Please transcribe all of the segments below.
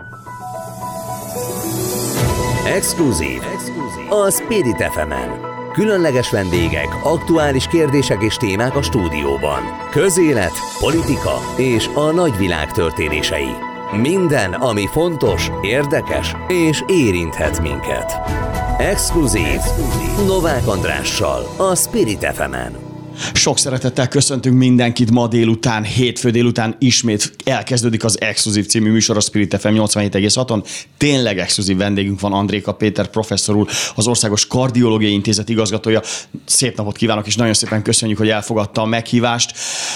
Exkluzív. A Spirit FM-en. Különleges vendégek, aktuális kérdések és témák a stúdióban. Közélet, politika és a nagyvilág történései. Minden, ami fontos, érdekes és érinthet minket. Exkluzív. Novák Andrással, a Spirit FM-en. Sok szeretettel köszöntünk mindenkit ma délután, hétfő délután ismét elkezdődik az Exkluzív című műsor a Spirit FM 87,6-on. Tényleg exkluzív vendégünk van, Andréka Péter professzor úr, az Országos Kardiológiai Intézet igazgatója. Szép napot kívánok, és nagyon szépen köszönjük, hogy elfogadta a meghívást.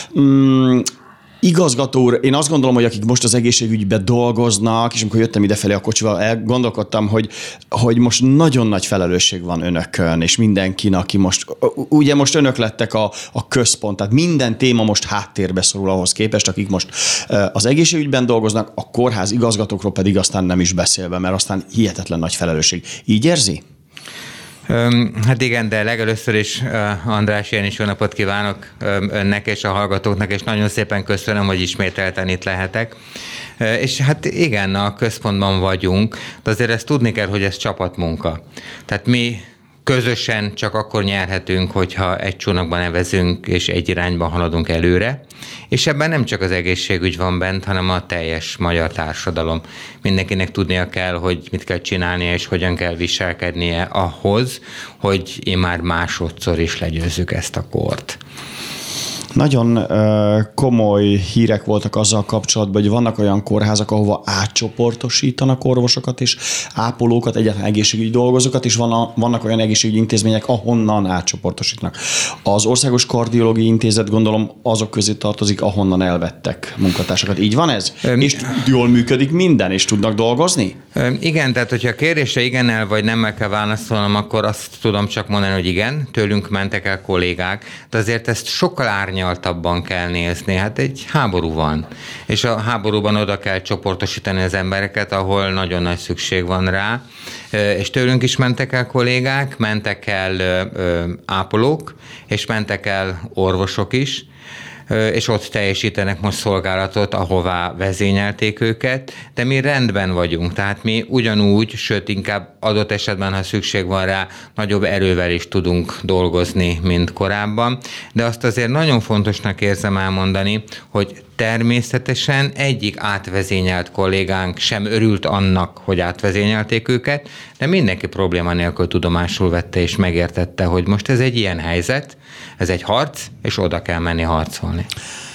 Igazgató úr, én azt gondolom, hogy akik most az egészségügyben dolgoznak, és amikor jöttem idefelé a kocsival, gondolkodtam, hogy most nagyon nagy felelősség van önökön, és mindenkin, aki most önök lettek a központ, tehát minden téma most háttérbe szorul ahhoz képest, akik most az egészségügyben dolgoznak, a kórház igazgatókról pedig aztán nem is beszélve, mert aztán hihetetlen nagy felelősség. Így érzi? Hát igen, de legelőször is, András, én is jó napot kívánok önnek és a hallgatóknak, és nagyon szépen köszönöm, hogy ismételten itt lehetek. És hát igen, a központban vagyunk, de azért ezt tudni kell, hogy ez csapatmunka. Tehát mi közösen csak akkor nyerhetünk, hogyha egy csónakban nevezünk és egy irányban haladunk előre, és ebben nem csak az egészségügy van bent, hanem a teljes magyar társadalom. Mindenkinek tudnia kell, hogy mit kell csinálnia és hogyan kell viselkednie ahhoz, hogy immár másodszor is legyőzzük ezt a kort. Nagyon komoly hírek voltak azzal kapcsolatban, hogy vannak olyan kórházak, ahova átcsoportosítanak orvosokat és ápolókat, egyáltalán egészségügyi dolgozókat, és vannak olyan egészségügyi intézmények, ahonnan átcsoportosítnak. Az Országos Kardiológiai Intézet, gondolom, azok közé tartozik, ahonnan elvettek munkatársakat. Így van ez? És jól működik minden, és tudnak dolgozni? Igen, tehát hogyha a kérdésre igennel vagy nemmel kell válaszolnom, akkor azt tudom csak mondani, hogy igen, tőlünk mentek el kollégák, de azért ezt sokkal árnyaltabban kell nézni. Hát egy háború van, és a háborúban oda kell csoportosítani az embereket, ahol nagyon nagy szükség van rá, és tőlünk is mentek el kollégák, mentek el ápolók, és mentek el orvosok is, és ott teljesítenek most szolgálatot, ahová vezényelték őket, de mi rendben vagyunk, tehát mi ugyanúgy, sőt inkább adott esetben, ha szükség van rá, nagyobb erővel is tudunk dolgozni, mint korábban, de azt azért nagyon fontosnak érzem elmondani, hogy természetesen egyik átvezényelt kollégánk sem örült annak, hogy átvezényelték őket, de mindenki probléma nélkül tudomásul vette és megértette, hogy most ez egy ilyen helyzet, ez egy harc, és oda kell menni harcolni.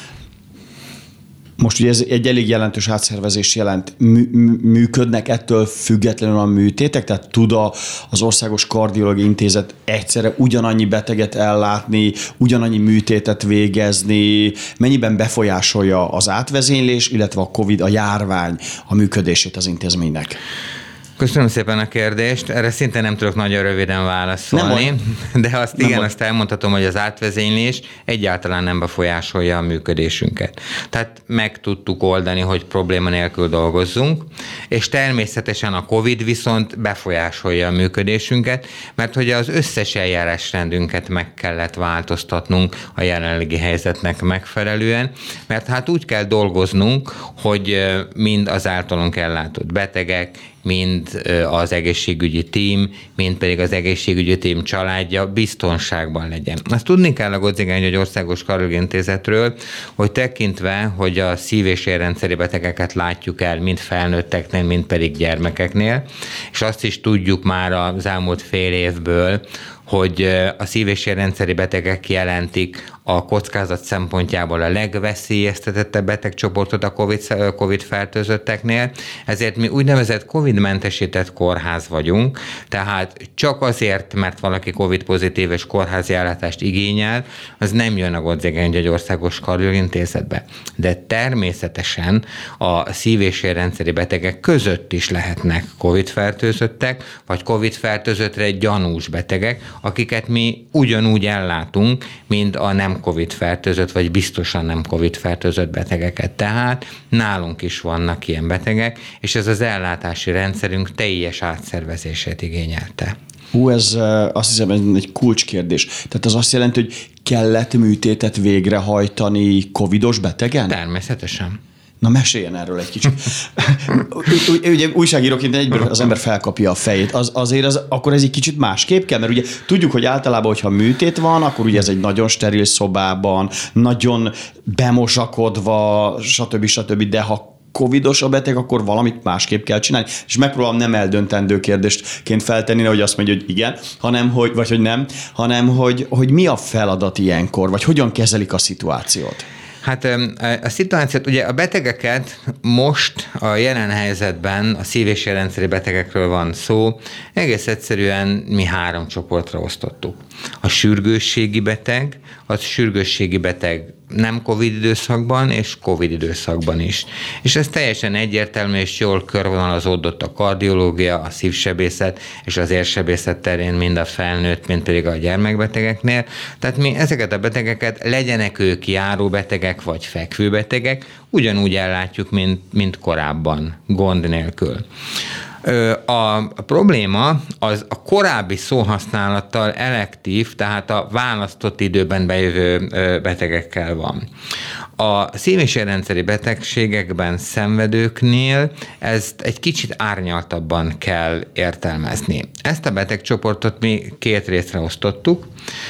Most ugye ez egy elég jelentős átszervezés jelent. Működnek ettől függetlenül a műtétek? Tehát tud az Országos Kardiológiai Intézet egyszerre ugyanannyi beteget ellátni, ugyanannyi műtétet végezni? Mennyiben befolyásolja az átvezénylés, illetve a Covid, a járvány a működését az intézménynek? Köszönöm szépen a kérdést. Erre szinte nem tudok nagyon röviden válaszolni, de azt elmondhatom, hogy az átvezénylés egyáltalán nem befolyásolja a működésünket. Tehát meg tudtuk oldani, hogy probléma nélkül dolgozzunk, és természetesen a Covid viszont befolyásolja a működésünket, mert hogy az összes eljárásrendünket meg kellett változtatnunk a jelenlegi helyzetnek megfelelően, mert hát úgy kell dolgoznunk, hogy mind az általunk ellátott betegek, mind az egészségügyi tím, mind pedig az egészségügyi tím családja biztonságban legyen. Azt tudni kell a Godzigányi Országos Kardiológiai Intézetről, hogy tekintve, hogy a szív- és érrendszeri betegeket látjuk el mind felnőtteknél, mind pedig gyermekeknél, és azt is tudjuk már az elmúlt fél évből, hogy a szív- és érrendszeri betegek jelentik a kockázat szempontjából a legveszélyeztetettebb betegcsoportot a COVID fertőzötteknél, ezért mi úgynevezett COVID-mentesített kórház vagyunk, tehát csak azért, mert valaki COVID pozitív és kórházi ellátást igényel, az nem jön a Godzigányi Országos Kardiológiai Intézetbe. De természetesen a szív- és érrendszeri betegek között is lehetnek COVID fertőzöttek, vagy COVID fertőzöttre gyanús betegek, akiket mi ugyanúgy ellátunk, mint a nem COVID-fertőzött, vagy biztosan nem COVID-fertőzött betegeket. Tehát nálunk is vannak ilyen betegek, és ez az ellátási rendszerünk teljes átszervezését igényelte. Ez azt hiszem, ez egy kulcskérdés. Tehát az azt jelenti, hogy kellett műtétet végrehajtani covidos betegen? Természetesen. Na, meséljen erről egy kicsit. Ugye újságíróként egyből az ember felkapja a fejét. Akkor ez egy kicsit másképp kell, mert ugye tudjuk, hogy általában, hogyha műtét van, akkor ugye ez egy nagyon steril szobában, nagyon bemosakodva, stb. De ha covidos a beteg, akkor valamit másképp kell csinálni. És megpróbálom nem eldöntendő kérdésként feltenni, hogy azt mondja, hogy igen, vagy hogy nem, hanem hogy mi a feladat ilyenkor, vagy hogyan kezelik a szituációt. Hát a szituációt, ugye a betegeket most a jelen helyzetben a szív- és érrendszeri betegekről van szó, egész egyszerűen mi 3 csoportra osztottuk. A sürgősségi beteg, az sürgősségi beteg nem COVID időszakban és COVID időszakban is. És ez teljesen egyértelmű és jól körvonalazódott a kardiológia, a szívsebészet és az érsebészet terén mind a felnőtt, mind pedig a gyermekbetegeknél. Tehát mi ezeket a betegeket, legyenek ők járóbetegek vagy fekvőbetegek, ugyanúgy ellátjuk, mint korábban, gond nélkül. A probléma az a korábbi szóhasználattal elektív, tehát a választott időben bejövő betegekkel van. A szív- és érrendszeri betegségekben szenvedőknél ezt egy kicsit árnyaltabban kell értelmezni. Ezt a betegcsoportot mi 2 részre osztottuk.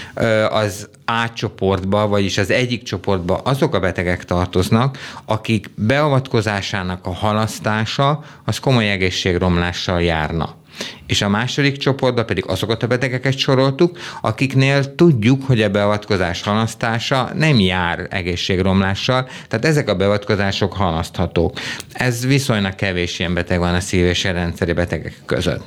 Az A csoportba, vagyis az egyik csoportba azok a betegek tartoznak, akik beavatkozásának a halasztása az komoly egészségromlással járna. És a második csoportba pedig azokat a betegeket soroltuk, akiknél tudjuk, hogy a beavatkozás halasztása nem jár egészségromlással, tehát ezek a beavatkozások halaszthatók. Ez viszonylag kevés ilyen beteg van a szív- és érrendszeri betegek között.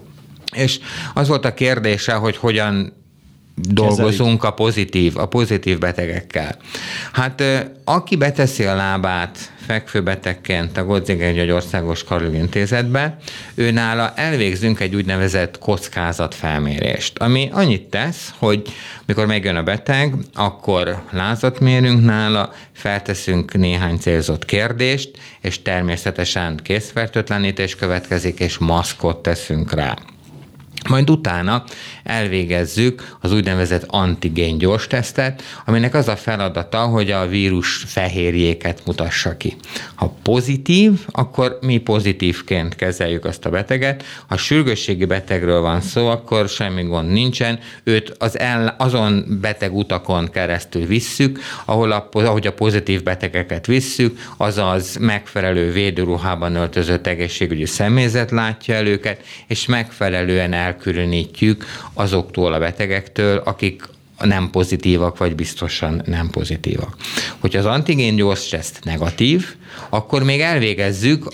És az volt a kérdése, hogy hogyan dolgozunk a pozitív betegekkel. Hát aki beteszi a lábát fekvőbetegként a Göttingen György Országos Kardiológiai Intézetbe, őnála elvégzünk egy úgynevezett kockázatfelmérést, ami annyit tesz, hogy mikor megjön a beteg, akkor lázat mérünk nála, felteszünk néhány célzott kérdést, és természetesen készfertőtlenítés következik, és maszkot teszünk rá. Majd utána elvégezzük az úgynevezett antigén gyors tesztet, aminek az a feladata, hogy a vírus fehérjéket mutassa ki. Ha pozitív, akkor mi pozitívként kezeljük azt a beteget. Ha sürgősségi betegről van szó, akkor semmi gond nincsen. Őt azon beteg utakon keresztül visszük, ahogy a pozitív betegeket visszük, azaz megfelelő védőruhában öltözött egészségügyi személyzet látja el őket, és megfelelően elkülönítjük azoktól a betegektől, akik nem pozitívak, vagy biztosan nem pozitívak. Hogyha az antigén gyors teszt negatív, akkor még elvégezzük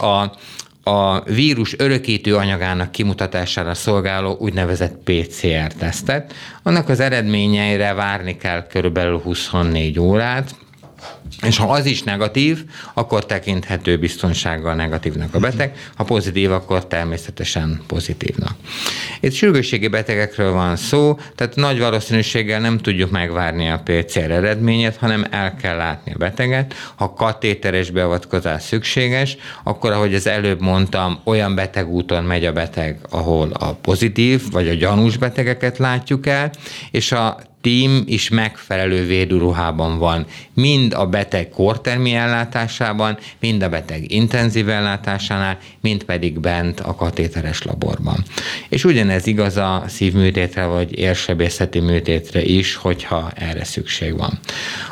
a vírus örökítő anyagának kimutatására szolgáló úgynevezett PCR-tesztet. Annak az eredményeire várni kell körülbelül 24 órát, és ha az is negatív, akkor tekinthető biztonsággal negatívnak a beteg, ha pozitív, akkor természetesen pozitívnak. Itt sürgősségi betegekről van szó, tehát nagy valószínűséggel nem tudjuk megvárni a PCR eredményét, hanem el kell látni a beteget. Ha katéteres beavatkozás szükséges, akkor, ahogy az előbb mondtam, olyan betegúton megy a beteg, ahol a pozitív vagy a gyanús betegeket látjuk el, és a tím is megfelelő védőruhában van, mind a beteg kórtermi ellátásában, mind a beteg intenzív ellátásánál, mind pedig bent a katéteres laborban. És ugyanez igaz a szívműtétre vagy érsebészeti műtétre is, hogyha erre szükség van.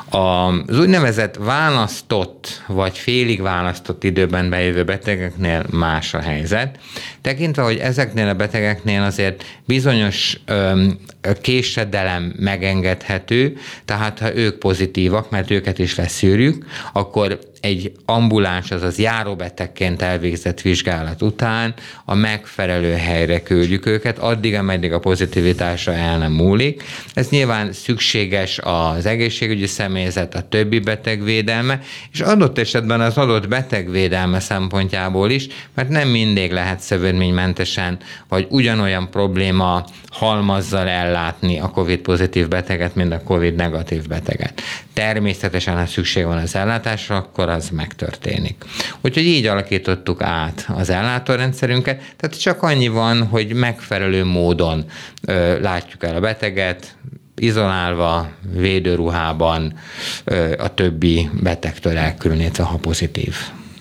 Az úgynevezett választott vagy félig választott időben bejövő betegeknél más a helyzet. Tekintve, hogy ezeknél a betegeknél azért bizonyos késedelem megengedhető, tehát ha ők pozitívak, mert őket is leszűrjük, akkor egy ambuláns, azaz járóbetegként elvégzett vizsgálat után a megfelelő helyre küldjük őket, addig, ameddig a pozitivitása el nem múlik. Ez nyilván szükséges az egészségügyi személyzet, a többi beteg védelme, és adott esetben az adott beteg védelme szempontjából is, mert nem mindig lehet szövődménymentesen, vagy ugyanolyan probléma halmazzal ellátni a COVID-pozitív beteget, mint a COVID-negatív beteget. Természetesen, ha szükség van az ellátásra, akkor az megtörténik. Úgyhogy így alakítottuk át az ellátórendszerünket, tehát csak annyi van, hogy megfelelő módon látjuk el a beteget, izolálva, védőruhában, a többi betegtől elkülönítve, ha pozitív.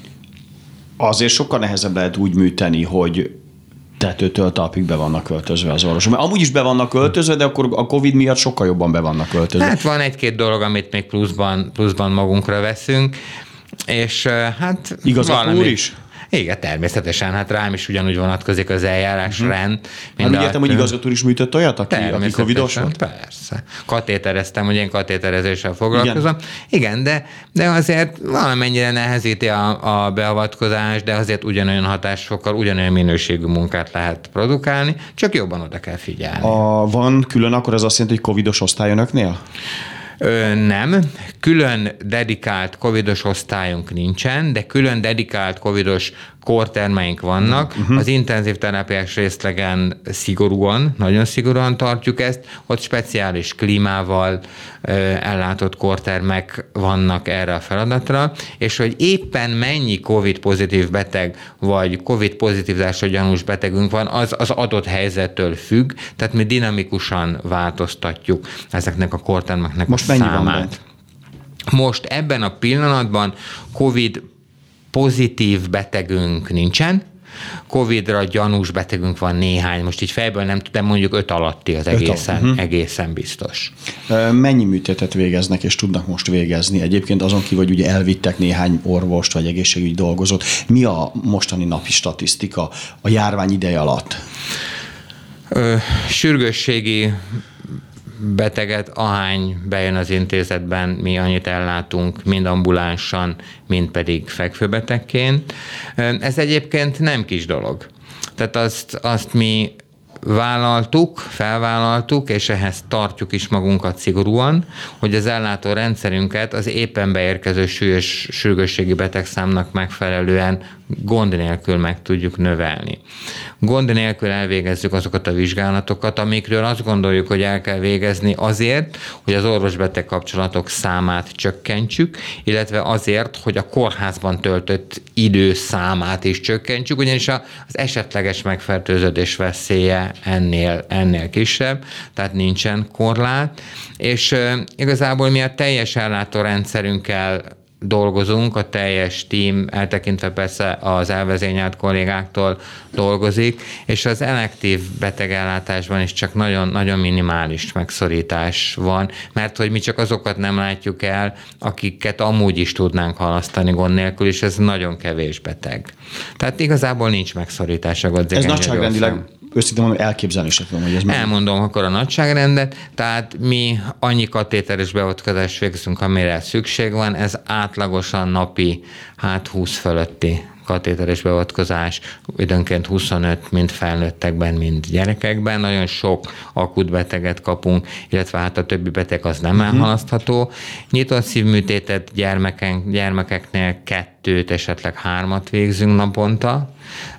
azért sokkal nehezebb lehet úgy műteni, hogy tetőtől talpig be vannak költözve az orvosok. Mert amúgy is be vannak költözve, de akkor a Covid miatt sokkal jobban be vannak költözve. Hát van egy-két dolog, amit még pluszban magunkra veszünk, és hát... Igaz a úr is? Igen, természetesen, hát rám is ugyanúgy vonatkozik az eljárásrend. Hát úgy értem, hogy igazgató is műtött olyat, aki covidos volt? Persze. Katétereztem, hogy én katéterezéssel foglalkozom. Igen, de azért valamennyire nehezíti a beavatkozás, de azért ugyanolyan hatásfokkal, ugyanolyan minőségű munkát lehet produkálni, csak jobban oda kell figyelni. Van külön, akkor ez azt jelenti, hogy covidos osztály önöknél? Nem. Külön dedikált covidos osztályunk nincsen, de külön dedikált covidos kórtermeink vannak. Az intenzív terápiás részlegen szigorúan, nagyon szigorúan tartjuk ezt, ott speciális klímával ellátott kórtermek vannak erre a feladatra, és hogy éppen mennyi COVID-pozitív beteg, vagy COVID-pozitívzásra gyanús betegünk van, az adott helyzettől függ, tehát mi dinamikusan változtatjuk ezeknek a kórtermeknek most a számát. Mennyi van bent? Most ebben a pillanatban COVID pozitív betegünk nincsen, Covid-ra gyanús betegünk van néhány, most így fejből nem tudom, mondjuk 5 alatti az egészen biztos. Mennyi műtétet végeznek, és tudnak most végezni? Egyébként azon kívül, hogy ugye elvittek néhány orvost, vagy egészségügyi dolgozót. Mi a mostani napi statisztika a járvány ideje alatt? Sürgősségi beteget, ahány bejön az intézetben, mi annyit ellátunk, mind ambulánsan, mind pedig fekvőbetegként. Ez egyébként nem kis dolog. Tehát azt mi felvállaltuk, és ehhez tartjuk is magunkat szigorúan, hogy az ellátó rendszerünket az éppen beérkező súlyos sürgősségi betegszámnak megfelelően gond nélkül meg tudjuk növelni. Gond nélkül elvégezzük azokat a vizsgálatokat, amikről azt gondoljuk, hogy el kell végezni azért, hogy az orvos-beteg kapcsolatok számát csökkentsük, illetve azért, hogy a kórházban töltött idő számát is csökkentsük, ugyanis az esetleges megfertőződés veszélye ennél kisebb, tehát nincsen korlát, és igazából mi a teljes ellátórendszerünkkel dolgozunk, a teljes tím, eltekintve persze az elvezényelt kollégáktól dolgozik, és az elektív betegellátásban is csak nagyon, nagyon minimális megszorítás van, mert hogy mi csak azokat nem látjuk el, akiket amúgy is tudnánk halasztani gond nélkül, és ez nagyon kevés beteg. Tehát igazából nincs megszorítás a Godzigany. Ez nagyságrendileg őszintén mondom, elképzelni sem tudom, hogy ez elmondom akkor a nagyságrendet, tehát mi annyi katéteres beavatkozást végzünk, amire szükség van, ez átlagosan napi 20 fölötti katéteres beavatkozás, időnként 25, mind felnőttekben, mind gyerekekben. Nagyon sok akut beteget kapunk, illetve hát a többi beteg az nem elhalasztható. Nyitott szívműtétet gyermekeknél 2, esetleg 3 végzünk naponta,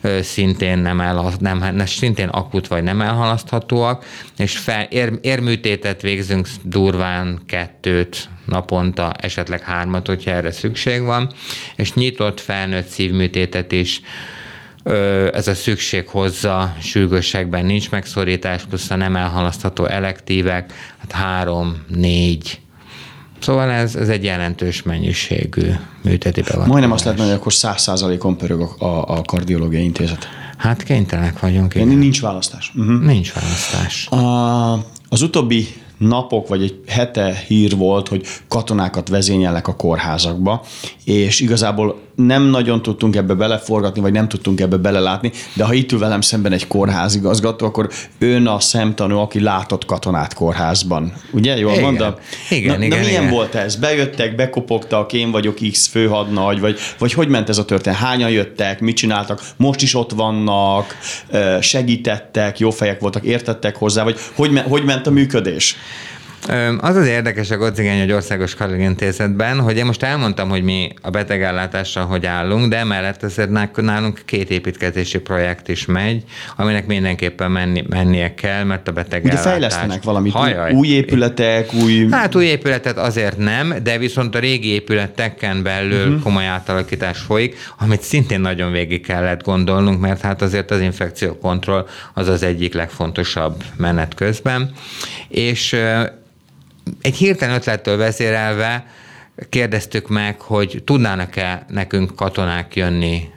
szintén akut vagy nem elhalaszthatóak, és érműtétet végzünk durván 2 naponta, esetleg 3, hogyha erre szükség van, és nyitott felnőtt szívműtétet is ez a szükség hozza, sürgősségben nincs megszorítás, plusz a nem elhalasztható elektívek, 3, 4. Szóval ez egy jelentős mennyiségű műtéti beavatkozás. Majdnem azt lehet mondani, hogy akkor 100%-on pörög a kardiológiai intézet. Hát kénytelenek vagyunk. Nincs választás. Nincs választás. Az utóbbi napok, vagy egy hete hír volt, hogy katonákat vezényelnek a kórházakba, és igazából nem nagyon tudtunk ebbe beleforgatni, vagy nem tudtunk ebbe belelátni, de ha itt ül velem szemben egy kórházigazgató, akkor ön a szemtanú, aki látott katonát kórházban. Ugye? Jól mondom? Igen. Milyen volt ez? Bejöttek, bekopogtak, én vagyok X főhadnagy, vagy hogy ment ez a történet? Hányan jöttek, mit csináltak? Most is ott vannak, segítettek, jó fejek voltak, értettek hozzá, vagy hogy ment a működés? Az érdekes a Godzigany egy országos kardiológiai, hogy én most elmondtam, hogy mi a betegellátással hogy állunk, de emellett azért nálunk 2 építkezési projekt is megy, aminek mindenképpen mennie kell, mert a betegellátás... Ugye fejlesztenek valamit, új épületek, Hát új épületet azért nem, de viszont a régi épületeken belül komoly átalakítás folyik, amit szintén nagyon végig kellett gondolnunk, mert hát azért az infekciókontroll az egyik legfontosabb menet közben, és egy hirtelen ötlettől vezérelve kérdeztük meg, hogy tudnának-e nekünk katonák jönni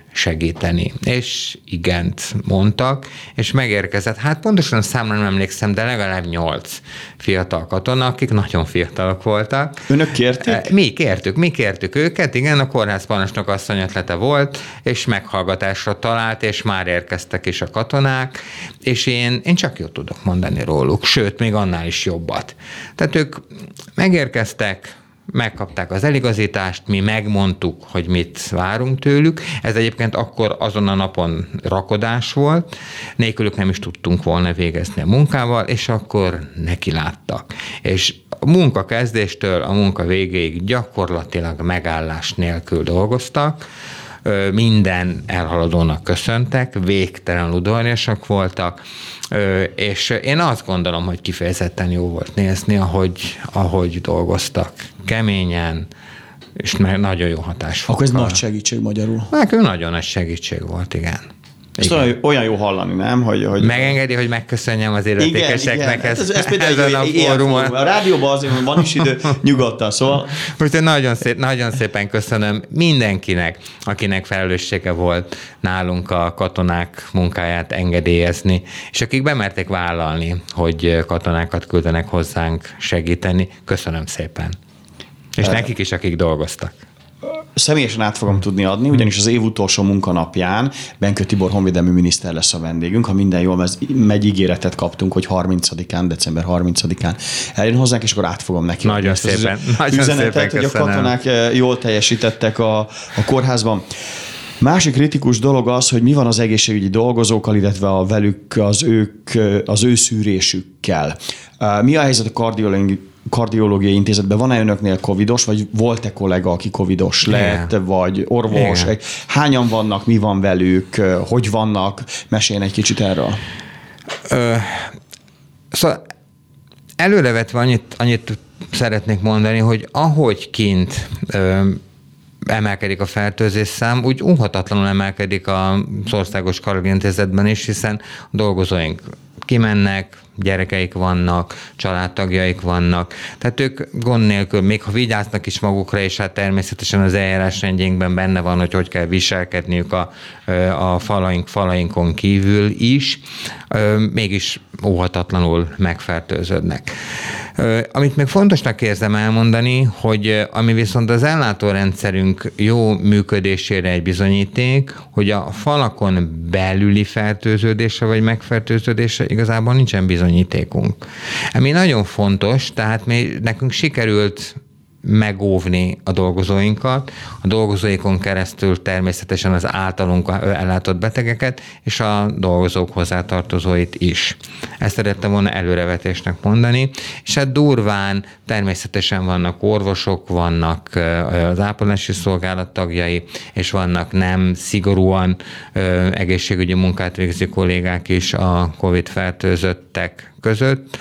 segíteni. És igent mondtak, és megérkezett, hát pontosan a számra nem emlékszem, de legalább 8 fiatal katona, akik nagyon fiatalok voltak. Önök kérték? Mi kértük őket, igen, a kórházparancsnok asszony ötlete volt, és meghallgatásra talált, és már érkeztek is a katonák, és én csak jót tudok mondani róluk, sőt, még annál is jobbat. Tehát ők megérkeztek, megkapták az eligazítást, mi megmondtuk, hogy mit várunk tőlük. Ez egyébként akkor azon a napon rakodás volt, nélkülük nem is tudtunk volna végezni a munkával, és akkor nekiláttak. És a munka kezdéstől a munka végéig gyakorlatilag megállás nélkül dolgoztak, minden elhaladónak köszöntek, végtelen udvariasak voltak, és én azt gondolom, hogy kifejezetten jó volt nézni, ahogy dolgoztak. Keményen, és nagyon jó hatás volt. Akkor ez nagy segítség magyarul. Nekünk nagyon nagy segítség volt, igen. Ezt olyan jó hallani, nem? Hogy megengedi, hogy megköszönjem az illetékeseknek ez például a fórumon. A rádióban azért van is idő, nyugodtan, szóval. Úgyhogy nagyon szépen köszönöm mindenkinek, akinek felelőssége volt nálunk a katonák munkáját engedélyezni, és akik bemerték vállalni, hogy katonákat küldenek hozzánk segíteni. Köszönöm szépen. És nekik is, akik dolgoztak. Személyesen át fogom tudni adni, ugyanis az év utolsó munkanapján Benkő Tibor honvédelmi miniszter lesz a vendégünk. Ha minden jól megy, ígéretet kaptunk, hogy 30-án, december 30-án eljön hozzánk, és akkor át fogom neki adni. Nagyon szépen üzenetet, hogy a katonák jól teljesítettek a kórházban. Másik kritikus dolog az, hogy mi van az egészségügyi dolgozókkal, illetve a velük az ő szűrésükkel. Mi a helyzet a kardiológiai intézetben? Van-e önöknél covidos, vagy volt-e kollega, aki covidos lett, vagy orvos? Igen. Hányan vannak, mi van velük, hogy vannak? Meséljen egy kicsit erről. Szóval előrevetve annyit szeretnék mondani, hogy ahogy kint emelkedik a fertőzés szám, úgy óhatatlanul emelkedik az Országos Kardiológiai is, hiszen a dolgozóink kimennek, gyerekeik vannak, családtagjaik vannak. Tehát ők gond nélkül, még ha vigyáznak is magukra, és hát természetesen az eljárásrendjénkben benne van, hogy kell viselkedniük a falainkon kívül is, mégis óhatatlanul megfertőződnek. Amit még fontosnak érzem elmondani, hogy ami viszont az ellátórendszerünk jó működésére egy bizonyíték, hogy a falakon belüli fertőződése vagy megfertőződése igazából nincsen bizonyítékunk. Ami nagyon fontos, tehát nekünk sikerült megóvni a dolgozóinkat, a dolgozóikon keresztül természetesen az általunk ellátott betegeket, és a dolgozók hozzátartozóit is. Ezt szerettem volna előrevetésnek mondani, és hát durván természetesen vannak orvosok, vannak az ápolási szolgálat tagjai, és vannak nem szigorúan egészségügyi munkát végző kollégák is a COVID fertőzöttek között.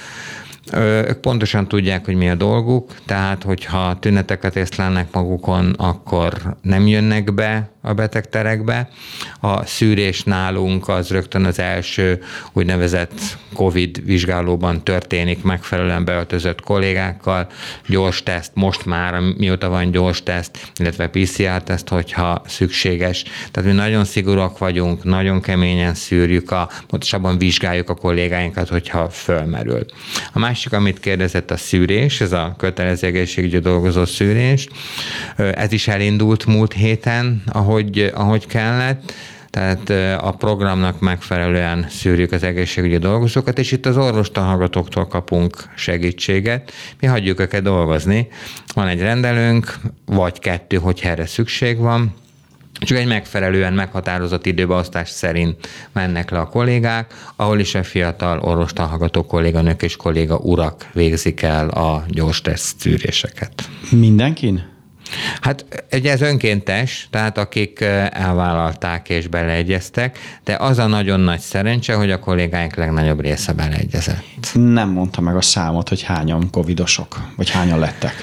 Ők pontosan tudják, hogy mi a dolguk, tehát hogyha tüneteket észlelnek magukon, akkor nem jönnek be a betegterekbe. A szűrés nálunk az rögtön az első úgynevezett COVID vizsgálóban történik megfelelően beöltözött kollégákkal. Gyors teszt, most már mióta van gyors teszt, illetve PCR-teszt, hogyha szükséges. Tehát mi nagyon szigorúak vagyunk, nagyon keményen szűrjük, pontosabban vizsgáljuk a kollégáinkat, hogyha fölmerül. A másik, amit kérdezett, a szűrés, ez a kötelező egészségügyi dolgozó szűrés. Ez is elindult múlt héten, ahogy kellett, tehát a programnak megfelelően szűrjük az egészségügyi dolgozókat, és itt az orvostahallgatóktól kapunk segítséget. Mi hagyjuk őket dolgozni. Van egy rendelőnk, vagy 2, hogyha erre szükség van, csak egy megfelelően meghatározott időbeosztás szerint mennek le a kollégák, ahol is a fiatal orvostahallgató kolléganők és kolléga urak végzik el a gyors teszt szűréseket. Mindenkin? Hát ez önkéntes, tehát akik elvállalták és beleegyeztek, de az a nagyon nagy szerencse, hogy a kollégáink legnagyobb része beleegyezett. Nem mondta meg a számot, hogy hányan covidosok, vagy hányan lettek.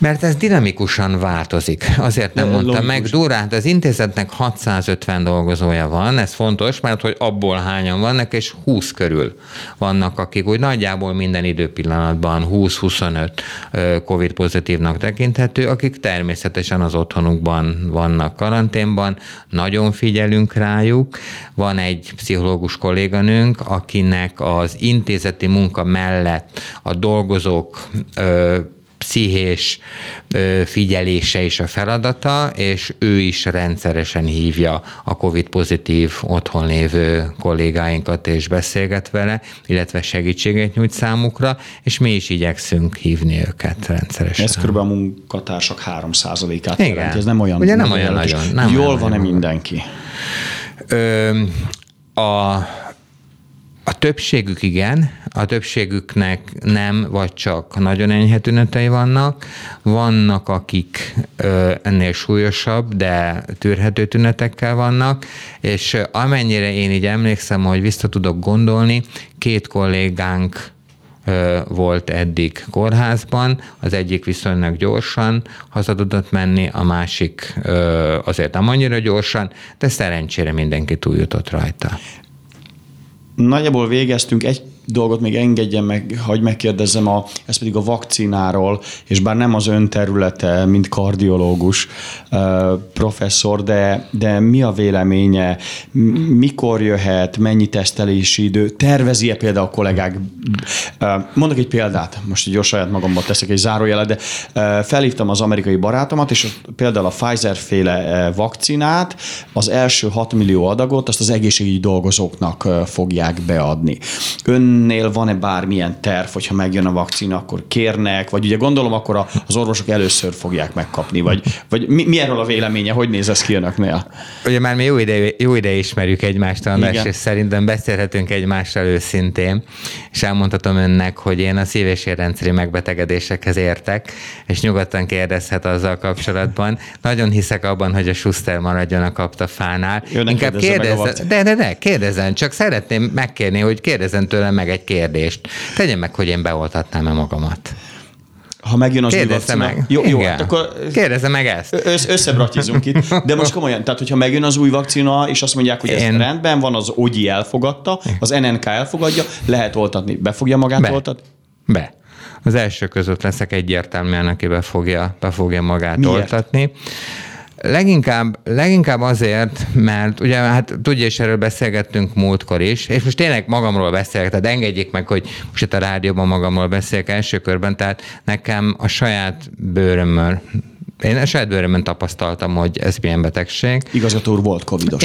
Mert ez dinamikusan változik. Azért nem mondtam meg. Durán, az intézetnek 650 dolgozója van, ez fontos, mert hogy abból hányan vannak, és 20 körül vannak, akik úgy nagyjából minden időpillanatban 20-25 Covid pozitívnak tekinthető, akik természetesen az otthonukban vannak karanténban, nagyon figyelünk rájuk. Van egy pszichológus kolléganőnk, akinek az intézeti munka mellett a dolgozók pszichés figyelése is a feladata, és ő is rendszeresen hívja a Covid-pozitív otthon lévő kollégáinkat, és beszélget vele, illetve segítséget nyújt számukra, és mi is igyekszünk hívni őket rendszeresen. Ez kb. A munkatársak 3%-át jelenti. Ez nem olyan, ugye nem olyan nagyon. Nem jól van-e mindenki? A többségük igen, a többségüknek nem, vagy csak nagyon enyhe tünetei vannak. Vannak, akik ennél súlyosabb, de tűrhető tünetekkel vannak, és amennyire én így emlékszem, hogy vissza tudok gondolni, 2 kollégánk volt eddig kórházban, az egyik viszonylag gyorsan haza tudott menni, a másik azért nem annyira gyorsan, de szerencsére mindenki túljutott rajta. Nagyjából végeztünk, egy dolgot még engedjen meg, hogy megkérdezzem, ez pedig a vakcináról, és bár nem az ön területe, mint kardiológus professzor, de mi a véleménye, mikor jöhet, mennyi tesztelési idő, tervezi-e például a kollégák? Mondok egy példát, most így saját magamban teszek egy zárójelet, de felhívtam az amerikai barátomat, és például a Pfizer-féle vakcinát, az első 6 millió adagot, azt az egészségügyi dolgozóknak fogják beadni. Önnél van-e bármilyen terv, hogyha megjön a vakcina, akkor kérnek, vagy ugye gondolom, akkor az orvosok először fogják megkapni, vagy mi erről a véleménye, hogy néz ez ki önöknél? Ugye már mi jó ideje ismerjük egymást, András, és szerintem beszélhetünk egymással őszintén, és elmondhatom önnek, hogy én a szív- és érrendszeri megbetegedésekhez értek, és nyugodtan kérdezhet azzal kapcsolatban. Nagyon hiszek abban, hogy a Schuster maradjon a kaptafánál. Inkább kérdezzen, csak szeretném megkérni, hogy kérdezzen tőlem meg egy kérdést. Tegyen meg, hogy én beoltatnám-e magamat. Ha megjön az új vakcina. Jó, hát akkor kérdezze meg ezt. Összebratizunk itt. De most komolyan, tehát hogyha megjön az új vakcina, és azt mondják, hogy ez rendben van, az OGI elfogadta, az NNK elfogadja, lehet oltatni. Be fogja magát oltatni? Be. Az első között leszek egyértelműen, aki be fogja magát oltatni. Leginkább azért, mert ugye hát tudja, és erről beszélgettünk múltkor is, és most tényleg magamról beszélek, tehát engedjék meg, hogy most itt a rádióban magamról beszélek első körben, tehát nekem a saját bőrömön tapasztaltam, hogy ez milyen betegség. Igazgató úr volt covidos.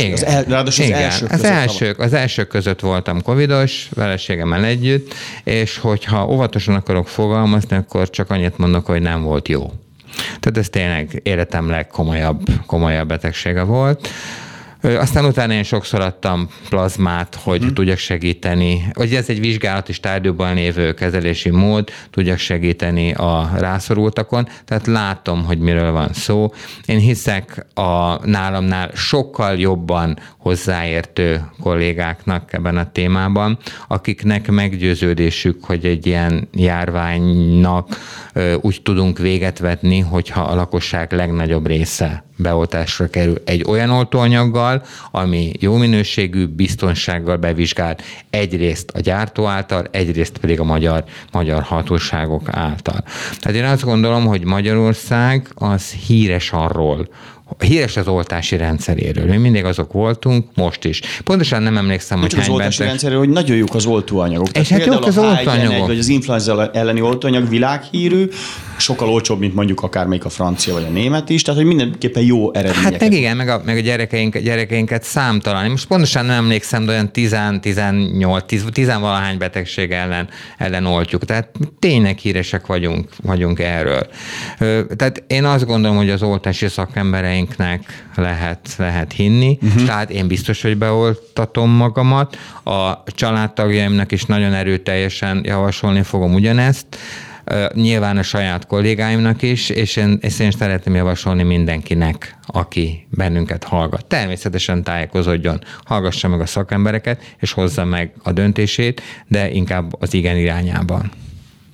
Az elsők között voltam covidos, feleségemmel együtt, és hogyha óvatosan akarok fogalmazni, akkor csak annyit mondok, hogy nem volt jó. Tehát ez tényleg életem legkomolyabb betegsége volt. Aztán utána én sokszor adtam plazmát, hogy tudjak segíteni, hogy ez egy vizsgálati stádiumban lévő kezelési mód, tudjak segíteni a rászorultakon, tehát látom, hogy miről van szó. Én hiszek a nálamnál sokkal jobban hozzáértő kollégáknak ebben a témában, akiknek meggyőződésük, hogy egy ilyen járványnak úgy tudunk véget vetni, hogyha a lakosság legnagyobb része beoltásra kerül egy olyan oltóanyaggal, ami jó minőségű, biztonsággal bevizsgált egyrészt a gyártó által, egyrészt pedig a magyar hatóságok által. Tehát én azt gondolom, hogy Magyarország az híres az oltási rendszeréről. Mi mindig azok voltunk, most is. Pontosan nem emlékszem, hogy az oltási rendszeréről, hogy nagyon jók az oltóanyagok. És hát jók az oltóanyagok. Vagy az influenza elleni oltóanyag világhírű, sokkal olcsóbb, mint mondjuk akármelyik a francia vagy a német is, tehát hogy mindenképpen jó eredményeket. Hát meg igen, meg a gyerekeinket számtalan. Most pontosan nem emlékszem, de olyan 10-valahány betegség ellen oltjuk. Tehát tényleg híresek vagyunk erről. Tehát én azt gondolom, hogy az oltási szakembereinknek lehet hinni, tehát én biztos, hogy beoltatom magamat. A családtagjaimnak is nagyon erőteljesen javasolni fogom ugyanezt. Nyilván a saját kollégáimnak is, és én szeretném javasolni mindenkinek, aki bennünket hallgat. Természetesen tájékozódjon, hallgassa meg a szakembereket, és hozza meg a döntését, de inkább az igen irányában.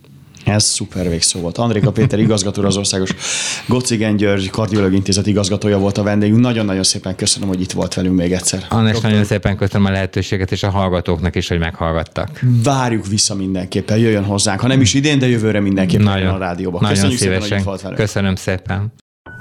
Ez szuper végszó volt. Andréka Péter igazgató, az Országos Gottszigeny György Kardiológiai Intézet igazgatója volt a vendégünk. Nagyon-nagyon szépen köszönöm, hogy itt volt velünk még egyszer. András, nagyon szépen köszönöm a lehetőséget, és a hallgatóknak is, hogy meghallgattak. Várjuk vissza mindenképpen, jöjjön hozzánk. Ha nem is idén, de jövőre mindenképpen nagyon, a rádióba. Köszönjük szépen, hogy itt volt velünk. Köszönöm szépen.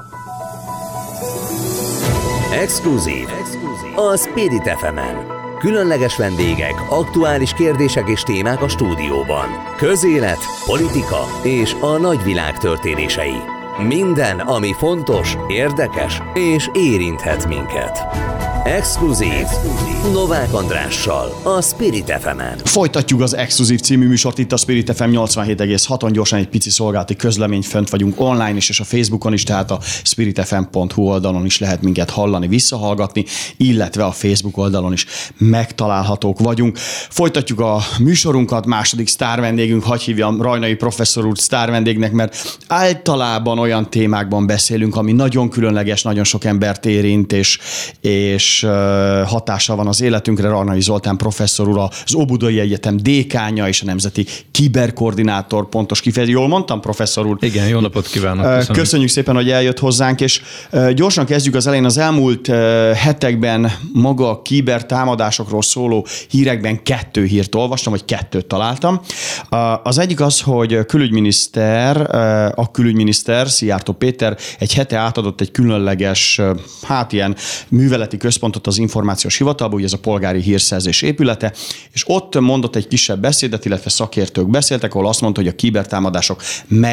Exkluzív. A Spirit FM-en. Különleges vendégek, aktuális kérdések és témák a stúdióban. Közélet, politika és a nagyvilág történései. Minden, ami fontos, érdekes és érinthet minket. Exkluzív. Novák Andrással, a Spirit FM-en. Folytatjuk az Exkluzív című műsort itt a Spirit FM 87,6-on. Gyorsan egy pici szolgálati közlemény, fönt vagyunk online is, és a Facebookon is, tehát a spiritfm.hu oldalon is lehet minket hallani, visszahallgatni, illetve a Facebook oldalon is megtalálhatók vagyunk. Folytatjuk a műsorunkat, második sztárvendégünk, hadd hívjam Rajnai professzor úr sztárvendégnek, mert általában olyan témákban beszélünk, ami nagyon különleges, nagyon sok embert érint, és hatással van az életünkre. Rajnai Zoltán professzor úr, az Óbudai Egyetem dékánja és a Nemzeti Kiberkoordinátor, pontos kifejezés. Jól mondtam, professzor úr? Igen, jó napot kívánok. Köszönöm. Köszönjük szépen, hogy eljött hozzánk, és gyorsan kezdjük az elején. Az elmúlt hetekben maga a kibertámadásokról szóló hírekben 2 hírt olvastam, vagy 2 találtam. Az egyik az, hogy a külügyminiszter Szijjártó Péter egy hete átadott egy különleges, ilyen műveleti központot az információs hivatalba, ugye ez a polgári hírszerzés épülete, és ott mondott egy kisebb beszédet, illetve szakértők beszéltek, ahol azt mondta, hogy a kibertámadások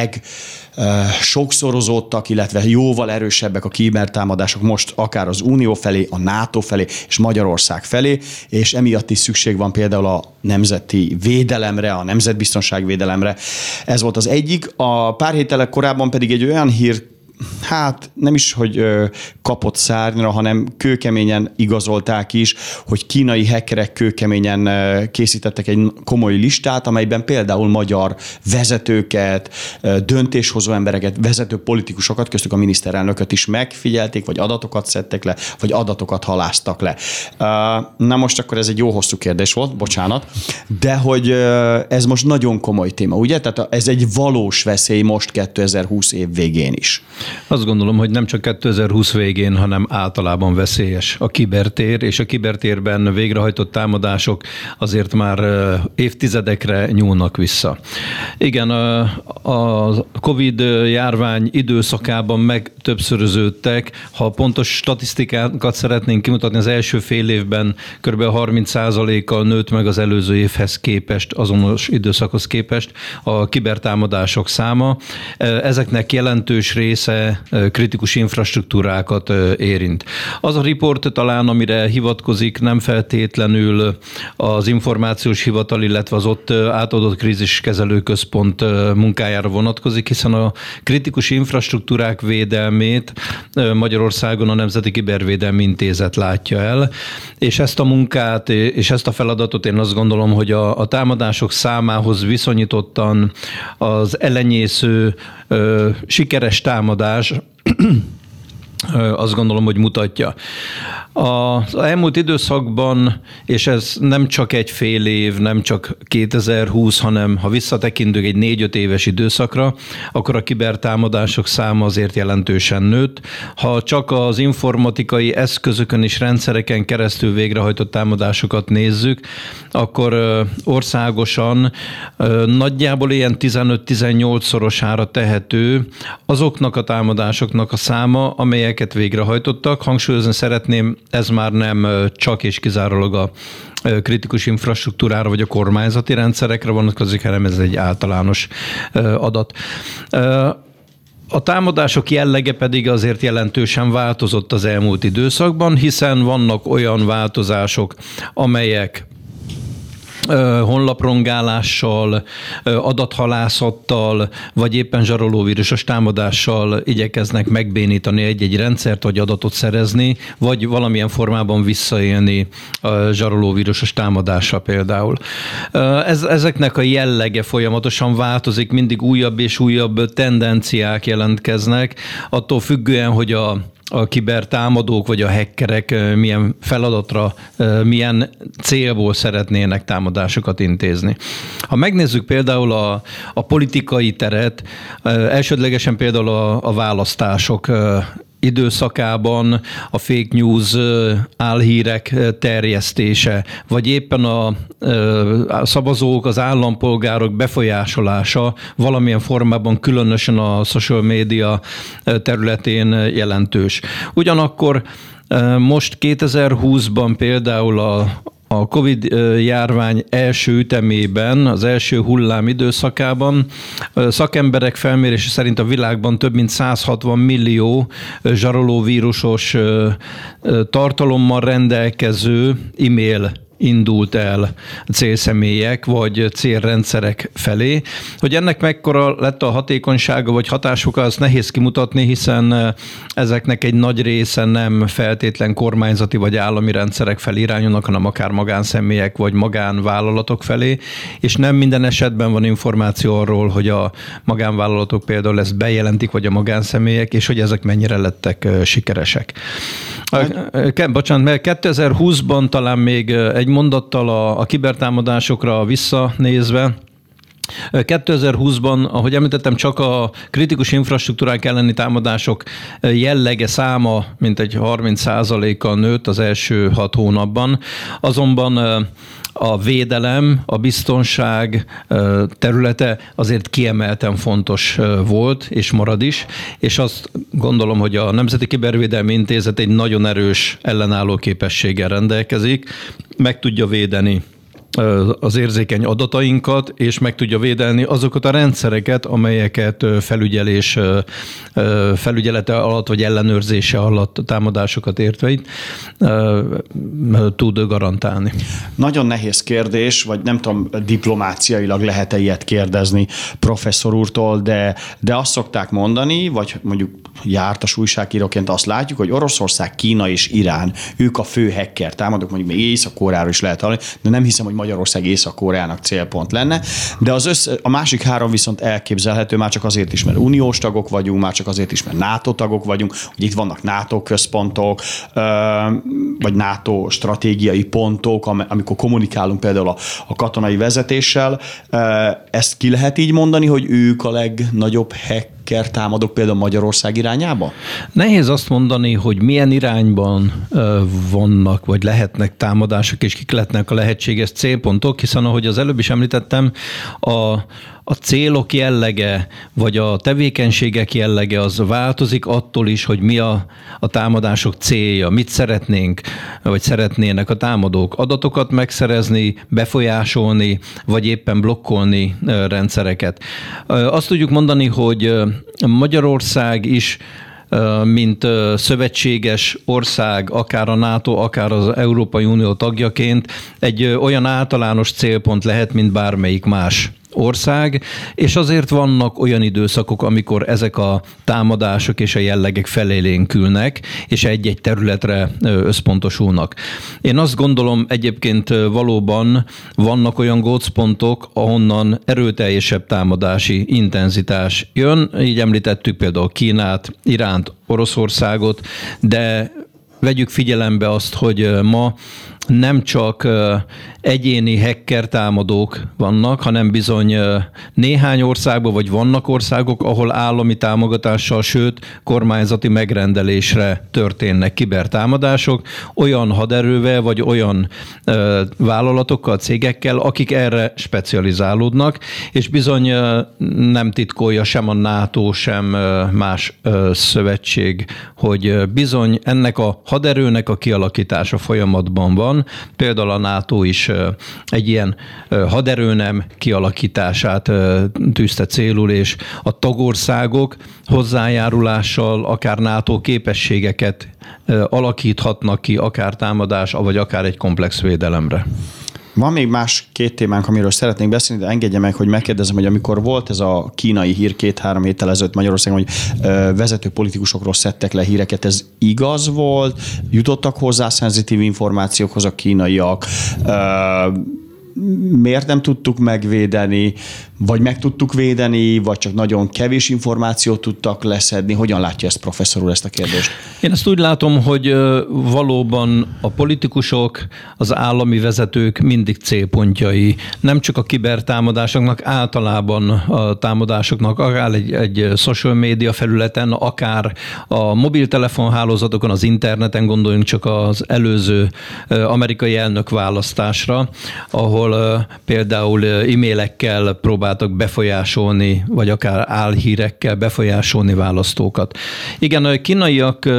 sokszorozódtak, illetve jóval erősebbek a kibertámadások most akár az Unió felé, a NATO felé és Magyarország felé, és emiatt is szükség van például a nemzeti védelemre, a nemzetbiztonságvédelemre. Ez volt az egyik. A pár héttel korábban pedig egy olyan hír, nem is, hogy kapott szárnyra, hanem kőkeményen igazolták is, hogy kínai hackerek kőkeményen készítettek egy komoly listát, amelyben például magyar vezetőket, döntéshozó embereket, vezető politikusokat, köztük a miniszterelnököt is megfigyelték, vagy adatokat szedtek le, vagy adatokat haláztak le. Na most akkor ez egy jó hosszú kérdés volt, bocsánat, de hogy ez most nagyon komoly téma, ugye? Tehát ez egy valós veszély most 2020 év végén is. Azt gondolom, hogy nem csak 2020 végén, hanem általában veszélyes a kibertér, és a kibertérben végrehajtott támadások azért már évtizedekre nyúlnak vissza. Igen, a Covid járvány időszakában megtöbbszöröződtek. Ha pontos statisztikákat szeretnénk kimutatni, az első fél évben kb. 30%-kal nőtt meg az előző évhez képest, azonos időszakhoz képest a kibertámadások száma. Ezeknek jelentős része kritikus infrastruktúrákat érint. Az a riport talán, amire hivatkozik, nem feltétlenül az információs hivatal, illetve az ott átadott kríziskezelőközpont munkájára vonatkozik, hiszen a kritikus infrastruktúrák védelmét Magyarországon a Nemzeti Kibervédelmi Intézet látja el, és ezt a munkát és ezt a feladatot én azt gondolom, hogy a támadások számához viszonyítottan az elenyésző sikeres támadás azt gondolom, hogy mutatja. Az elmúlt időszakban, és ez nem csak egy fél év, nem csak 2020, hanem ha visszatekintünk egy 4-5 éves időszakra, akkor a kibertámadások száma azért jelentősen nőtt. Ha csak az informatikai eszközökön és rendszereken keresztül végrehajtott támadásokat nézzük, akkor országosan nagyjából ilyen 15-18-szorosára tehető azoknak a támadásoknak a száma, amelyeket végrehajtottak. Hangsúlyozni szeretném, ez már nem csak és kizárólag a kritikus infrastruktúrára vagy a kormányzati rendszerekre vonatkozik, hanem ez egy általános adat. A támadások jellege pedig azért jelentősen változott az elmúlt időszakban, hiszen vannak olyan változások, amelyek honlaprongálással, adathalászattal, vagy éppen zsarolóvírusos támadással igyekeznek megbénítani egy-egy rendszert, vagy adatot szerezni, vagy valamilyen formában visszaélni a zsarolóvírusos támadással például. Ezeknek a jellege folyamatosan változik, mindig újabb és újabb tendenciák jelentkeznek, attól függően, hogy a a kibertámadók vagy a hackerek milyen feladatra, milyen célból szeretnének támadásokat intézni. Ha megnézzük például a politikai teret, elsődlegesen például a választások időszakában a fake news álhírek terjesztése, vagy éppen a szavazók, az állampolgárok befolyásolása valamilyen formában, különösen a social media területén jelentős. Ugyanakkor most 2020-ban például a Covid járvány első ütemében, az első hullám időszakában szakemberek felmérése szerint a világban több mint 160 millió zsarolóvírusos tartalommal rendelkező e-mail indult el célszemélyek vagy célrendszerek felé. Hogy ennek mekkora lett a hatékonysága vagy hatásoka, azt nehéz kimutatni, hiszen ezeknek egy nagy része nem feltétlen kormányzati vagy állami rendszerek felé irányulnak, hanem akár magánszemélyek vagy magánvállalatok felé, és nem minden esetben van információ arról, hogy a magánvállalatok például ezt bejelentik, vagy a magánszemélyek, és hogy ezek mennyire lettek sikeresek. Bocsánat, mert 2020-ban talán még egy mondattal a kibertámadásokra visszanézve, 2020-ban, ahogy említettem, csak a kritikus infrastruktúrák elleni támadások jellege, száma mintegy 30%-kal nőtt az első 6 hónapban, azonban a védelem, a biztonság területe azért kiemelten fontos volt, és marad is, és azt gondolom, hogy a Nemzeti Kibervédelmi Intézet egy nagyon erős ellenálló képességgel rendelkezik, meg tudja védeni az érzékeny adatainkat, és meg tudja védelni azokat a rendszereket, amelyeket felügyelete alatt, vagy ellenőrzése alatt támadásokat értve tud garantálni. Nagyon nehéz kérdés, vagy nem tudom, diplomáciailag lehet-e ilyet kérdezni professzor úrtól, de azt szokták mondani, vagy mondjuk jártas újságíróként azt látjuk, hogy Oroszország, Kína és Irán, ők a fő hacker támadók, mondjuk még Észak-Koreáról is lehet hallani, de nem hiszem, hogy Magyarország Észak-Koreának célpont lenne, de a másik 3 viszont elképzelhető, már csak azért is, mert uniós tagok vagyunk, már csak azért is, mert NATO tagok vagyunk, hogy itt vannak NATO központok, vagy NATO stratégiai pontok, amikor kommunikálunk például a katonai vezetéssel. Ezt ki lehet így mondani, hogy ők a legnagyobb hacker támadók például Magyarország irányába? Nehéz azt mondani, hogy milyen irányban vannak, vagy lehetnek támadások, és kik lehetnek a lehetséges célpontok, hiszen ahogy az előbb is említettem, a célok jellege, vagy a tevékenységek jellege az változik attól is, hogy mi a támadások célja, mit szeretnénk, vagy szeretnének a támadók. Adatokat megszerezni, befolyásolni, vagy éppen blokkolni rendszereket. Azt tudjuk mondani, hogy Magyarország is, mint szövetséges ország, akár a NATO, akár az Európai Unió tagjaként egy olyan általános célpont lehet, mint bármelyik más ország, és azért vannak olyan időszakok, amikor ezek a támadások és a jellegek felélénkülnek, és egy-egy területre összpontosulnak. Én azt gondolom, egyébként valóban vannak olyan gócpontok, ahonnan erőteljesebb támadási intenzitás jön. Így említettük például Kínát, Iránt, Oroszországot, de vegyük figyelembe azt, hogy ma nem csak egyéni hacker támadók vannak, hanem bizony néhány országban, vagy vannak országok, ahol állami támogatással, sőt kormányzati megrendelésre történnek kibertámadások, olyan haderővel, vagy olyan vállalatokkal, cégekkel, akik erre specializálódnak, és bizony nem titkolja sem a NATO, sem más szövetség, hogy bizony ennek a haderőnek a kialakítása folyamatban van. Például a NATO is egy ilyen haderőnem kialakítását tűzte célul, és a tagországok hozzájárulással akár NATO képességeket alakíthatnak ki, akár támadás, vagy akár egy komplex védelemre. Van még más 2 témánk, amiről szeretnénk beszélni, de engedje meg, hogy megkérdezem, hogy amikor volt ez a kínai hír 2-3 héttel ezelőtt Magyarországon, hogy vezető politikusokról szedtek le híreket, ez igaz volt? Jutottak hozzá szenzitív információkhoz a kínaiak? miért nem tudtuk megvédeni, vagy meg tudtuk védeni, vagy csak nagyon kevés információt tudtak leszedni? Hogyan látja ezt, professzor úr, ezt a kérdést? Én ezt úgy látom, hogy valóban a politikusok, az állami vezetők mindig célpontjai. Nem csak a kibertámadásoknak, általában a támadásoknak, akár egy social media felületen, akár a mobiltelefonhálózatokon, az interneten, gondoljunk csak az előző amerikai elnökválasztásra, ahol például e-mailekkel próbáltak befolyásolni, vagy akár álhírekkel befolyásolni választókat. Igen, a kínaiak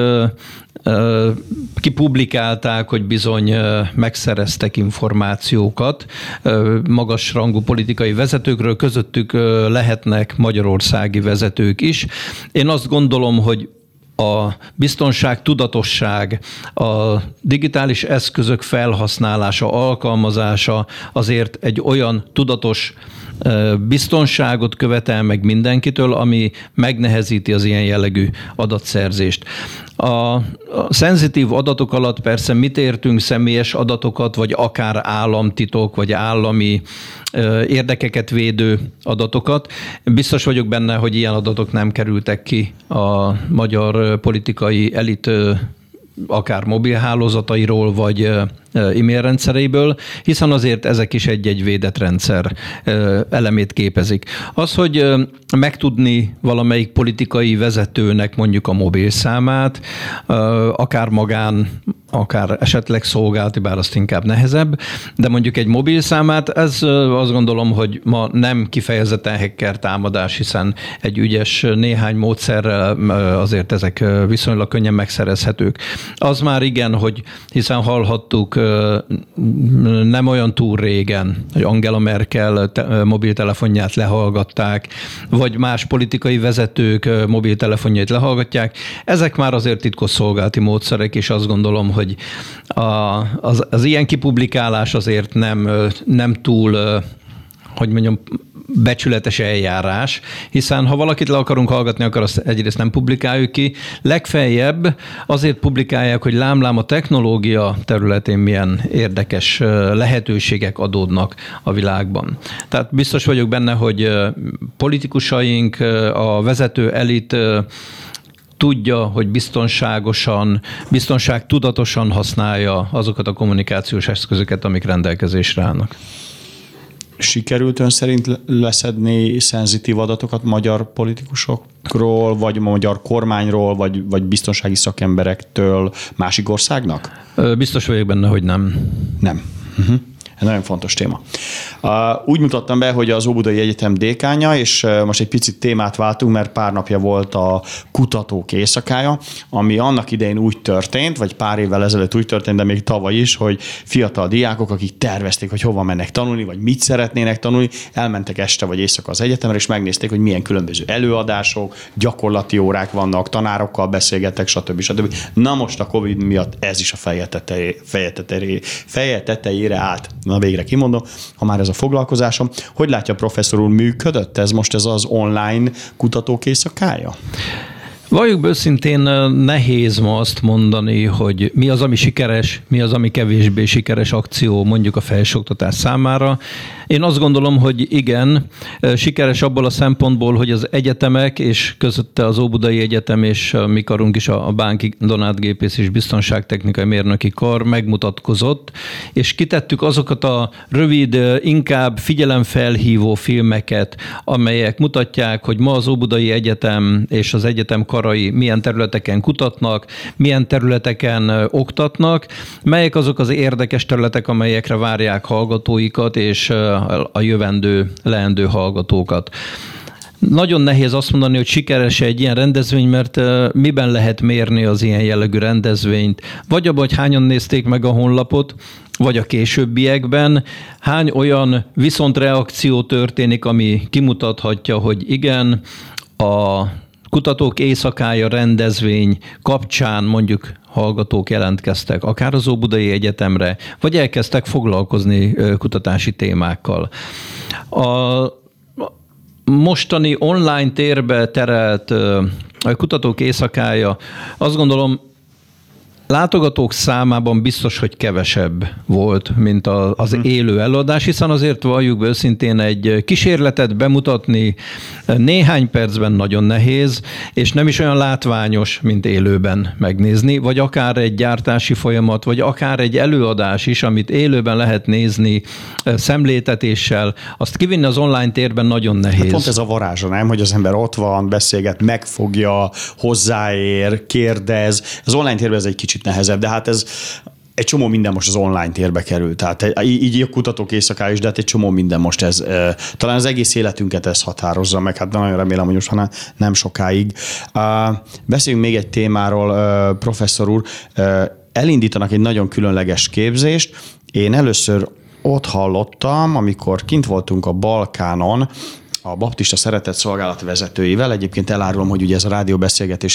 kipublikálták, hogy bizony megszereztek információkat magas rangú politikai vezetőkről, közöttük lehetnek magyarországi vezetők is. Én azt gondolom, hogy a biztonság, tudatosság, a digitális eszközök felhasználása, alkalmazása azért egy olyan tudatos biztonságot követel meg mindenkitől, ami megnehezíti az ilyen jellegű adatszerzést. A szenzitív adatok alatt persze mit értünk, személyes adatokat, vagy akár államtitok, vagy állami érdekeket védő adatokat. Biztos vagyok benne, hogy ilyen adatok nem kerültek ki a magyar politikai elit akár mobilhálózatairól, vagy e-mail rendszereiből, hiszen azért ezek is egy-egy védett rendszer elemét képezik. Az, hogy megtudni valamelyik politikai vezetőnek mondjuk a mobilszámát, akár magán, akár esetleg szolgálati, bár azt inkább nehezebb, de mondjuk egy mobilszámát, ez azt gondolom, hogy ma nem kifejezetten hacker támadás, hiszen egy ügyes néhány módszerrel azért ezek viszonylag könnyen megszerezhetők. Az már igen, hogy hiszen hallhattuk nem olyan túl régen, hogy Angela Merkel mobiltelefonját lehallgatták, vagy más politikai vezetők mobiltelefonjait lehallgatják. Ezek már azért titkosszolgálati módszerek, és azt gondolom, hogy az ilyen kipublikálás azért nem túl, hogy mondjam, becsületes eljárás, hiszen ha valakit le akarunk hallgatni, akkor azt egyrészt nem publikáljuk ki, legfeljebb azért publikálják, hogy lám a technológia területén milyen érdekes lehetőségek adódnak a világban. Tehát biztos vagyok benne, hogy politikusaink, a vezető elit tudja, hogy biztonságtudatosan használja azokat a kommunikációs eszközöket, amik rendelkezésre állnak. Sikerült ön szerint leszedni szenzitív adatokat magyar politikusokról, vagy magyar kormányról, vagy biztonsági szakemberektől másik országnak? Biztos vagyok benne, hogy nem. Nem. Uh-huh. Ez nagyon fontos téma. Úgy mutattam be, hogy az Óbudai Egyetem dékánja, és most egy picit témát váltunk, mert pár napja volt a kutatók éjszakája, ami annak idején úgy történt, vagy pár évvel ezelőtt úgy történt, de még tavaly is, hogy fiatal diákok, akik tervezték, hogy hova mennek tanulni, vagy mit szeretnének tanulni, elmentek este vagy éjszaka az egyetemre, és megnézték, hogy milyen különböző előadások, gyakorlati órák vannak, tanárokkal beszélgettek, stb. Na most a Covid miatt ez is a feje tetejére állt. Na végre kimondom, ha már ez a foglalkozásom. Hogy látja, professzor úr, működött ez most ez az online kutatók éjszakája? Valljuk be őszintén, nehéz ma azt mondani, hogy mi az, ami sikeres, mi az, ami kevésbé sikeres akció mondjuk a felsőoktatás számára. Én azt gondolom, hogy igen, sikeres abból a szempontból, hogy az egyetemek, és közötte az Óbudai Egyetem és mi karunk is, a Bánki Donát Gépész és Biztonságtechnikai Mérnöki Kar megmutatkozott, és kitettük azokat a rövid, inkább figyelemfelhívó filmeket, amelyek mutatják, hogy ma az Óbudai Egyetem és az egyetem karai milyen területeken kutatnak, milyen területeken oktatnak, melyek azok az érdekes területek, amelyekre várják hallgatóikat és a jövendő, leendő hallgatókat. Nagyon nehéz azt mondani, hogy sikeres egy ilyen rendezvény, mert miben lehet mérni az ilyen jellegű rendezvényt? Vagy abban, hogy hányan nézték meg a honlapot, vagy a későbbiekben, hány olyan viszontreakció történik, ami kimutathatja, hogy igen, a kutatók éjszakája rendezvény kapcsán mondjuk hallgatók jelentkeztek, akár az Óbudai Egyetemre, vagy elkezdtek foglalkozni kutatási témákkal. A mostani online térbe terelt kutatók éjszakája, azt gondolom, látogatók számában biztos, hogy kevesebb volt, mint az élő előadás, hiszen azért valljuk be őszintén, egy kísérletet bemutatni néhány percben nagyon nehéz, és nem is olyan látványos, mint élőben megnézni, vagy akár egy gyártási folyamat, vagy akár egy előadás is, amit élőben lehet nézni szemléltetéssel, azt kivinni az online térben nagyon nehéz. Hát pont ez a varázsa, nem? Hogy az ember ott van, beszélget, megfogja, hozzáér, kérdez. Az online térben ez egy kicsit nehezebb, de hát ez egy csomó minden most az online térbe kerül. Tehát így a kutatók éjszakája is, de hát egy csomó minden most ez. Talán az egész életünket ez határozza meg, hát nagyon remélem, hogy most nem sokáig. Beszéljünk még egy témáról, professzor úr. Elindítanak egy nagyon különleges képzést. Én először ott hallottam, amikor kint voltunk a Balkánon, a Baptista Szeretett Szolgálat vezetőivel. Egyébként elárulom, hogy ugye ez a rádióbeszélgetés,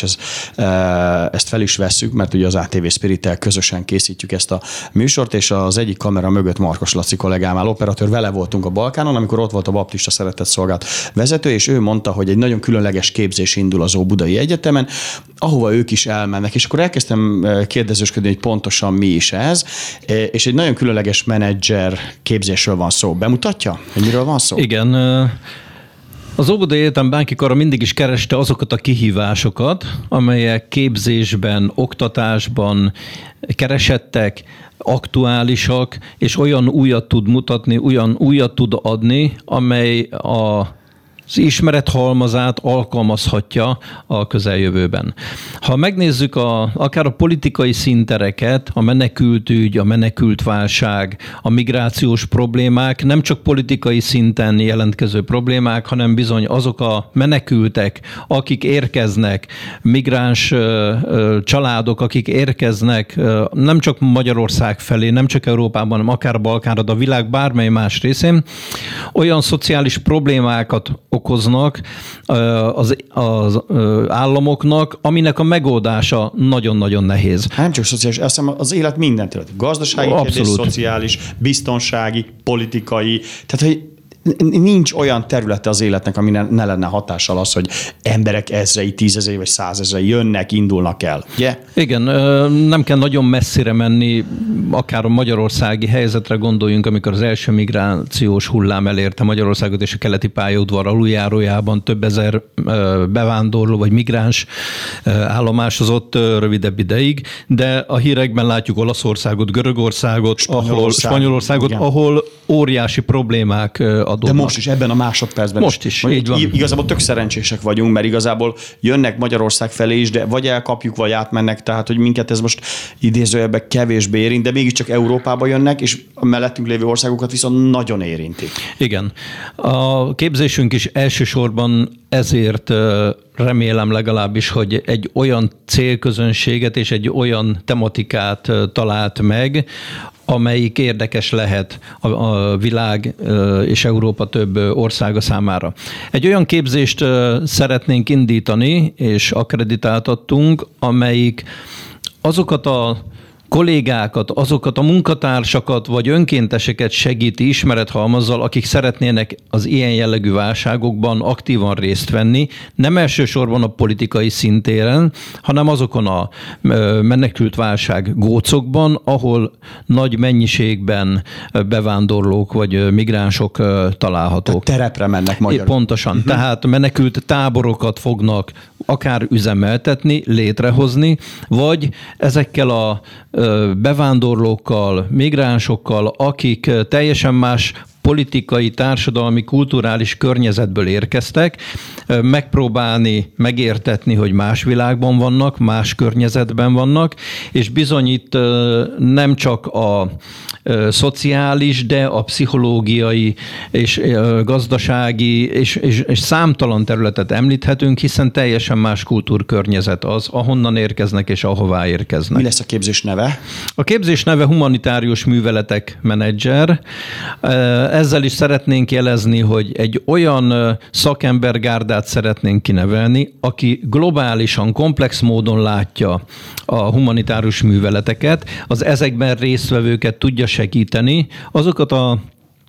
ezt fel is vesszük, mert ugye az ATV Spirit-tel közösen készítjük ezt a műsort, és az egyik kamera mögött Markos Laci kollégámmal, operatőr, vele voltunk a Balkánon, amikor ott volt a Baptista Szeretett Szolgálat vezető, és ő mondta, hogy egy nagyon különleges képzés indul az Óbudai Egyetemen, ahova ők is elmennek, és akkor elkezdtem kérdezősködni, hogy pontosan mi is ez, és egy nagyon különleges menedzser képzésről van szó. Bemutatja, hogy miről van szó? Igen. Az Óbudai Egyetem Bánki Kara mindig is kereste azokat a kihívásokat, amelyek képzésben, oktatásban keresettek, aktuálisak, és olyan újat tud mutatni, olyan újat tud adni, amely az ismerethalmazát alkalmazhatja a közeljövőben. Ha megnézzük akár a politikai színtereket, a menekültügy, a menekültválság, a migrációs problémák nem csak politikai szinten jelentkező problémák, hanem bizony azok a menekültek, akik érkeznek, migráns családok, akik érkeznek nem csak Magyarország felé, nem csak Európában, hanem akár Balkánra, de a világ bármely más részén, olyan szociális problémákat okoznak az államoknak, aminek a megoldása nagyon-nagyon nehéz. Nem csak szociális, azt hiszem az élet minden terület. Gazdasági kérdés, szociális, biztonsági, politikai, tehát hogy nincs olyan területe az életnek, ami ne lenne hatással az, hogy emberek ezrei, 10 000 vagy 100 000 jönnek, indulnak el. Yeah? Igen, nem kell nagyon messzire menni, akár a magyarországi helyzetre gondoljunk, amikor az első migrációs hullám elérte Magyarországot, és a keleti pályaudvar aluljárójában több ezer bevándorló vagy migráns állomásozott rövidebb ideig, de a hírekben látjuk Olaszországot, Görögországot, Spanyolországot, ahol óriási problémák adódnak. De most is, ebben a másodpercben. Most is, így van. Igazából tök szerencsések vagyunk, mert igazából jönnek Magyarország felé is, de vagy elkapjuk, vagy átmennek, tehát hogy minket ez most idézőjelben kevésbé érint, de mégiscsak Európába jönnek, és a mellettünk lévő országokat viszont nagyon érinti. Igen. A képzésünk is elsősorban ezért remélem legalábbis, hogy egy olyan célközönséget és egy olyan tematikát talált meg, amelyik érdekes lehet a világ és Európa több országa számára. Egy olyan képzést szeretnénk indítani, és akkreditáltattunk, amelyik azokat a kollégákat, azokat a munkatársakat vagy önkénteseket segíti ismerethalmazzal, akik szeretnének az ilyen jellegű válságokban aktívan részt venni, nem elsősorban a politikai szintéren, hanem azokon a menekült válság gócokban, ahol nagy mennyiségben bevándorlók vagy migránsok találhatók. Tehát terepre mennek magyarul. Pontosan. Tehát menekült táborokat fognak akár üzemeltetni, létrehozni, vagy ezekkel a bevándorlókkal, migránsokkal, akik teljesen más politikai, társadalmi, kulturális környezetből érkeztek, megpróbálni megértetni, hogy más világban vannak, más környezetben vannak, és bizony itt nem csak a szociális, de a pszichológiai és gazdasági és számtalan területet említhetünk, hiszen teljesen más kultúrkörnyezet az, ahonnan érkeznek és ahová érkeznek. Mi lesz a képzés neve? A képzés neve Humanitárius Műveletek Menedzser. Ezzel is szeretnénk jelezni, hogy egy olyan szakembergárdát szeretnénk kinevelni, aki globálisan, komplex módon látja a humanitárius műveleteket, az ezekben résztvevőket tudja segíteni, azokat a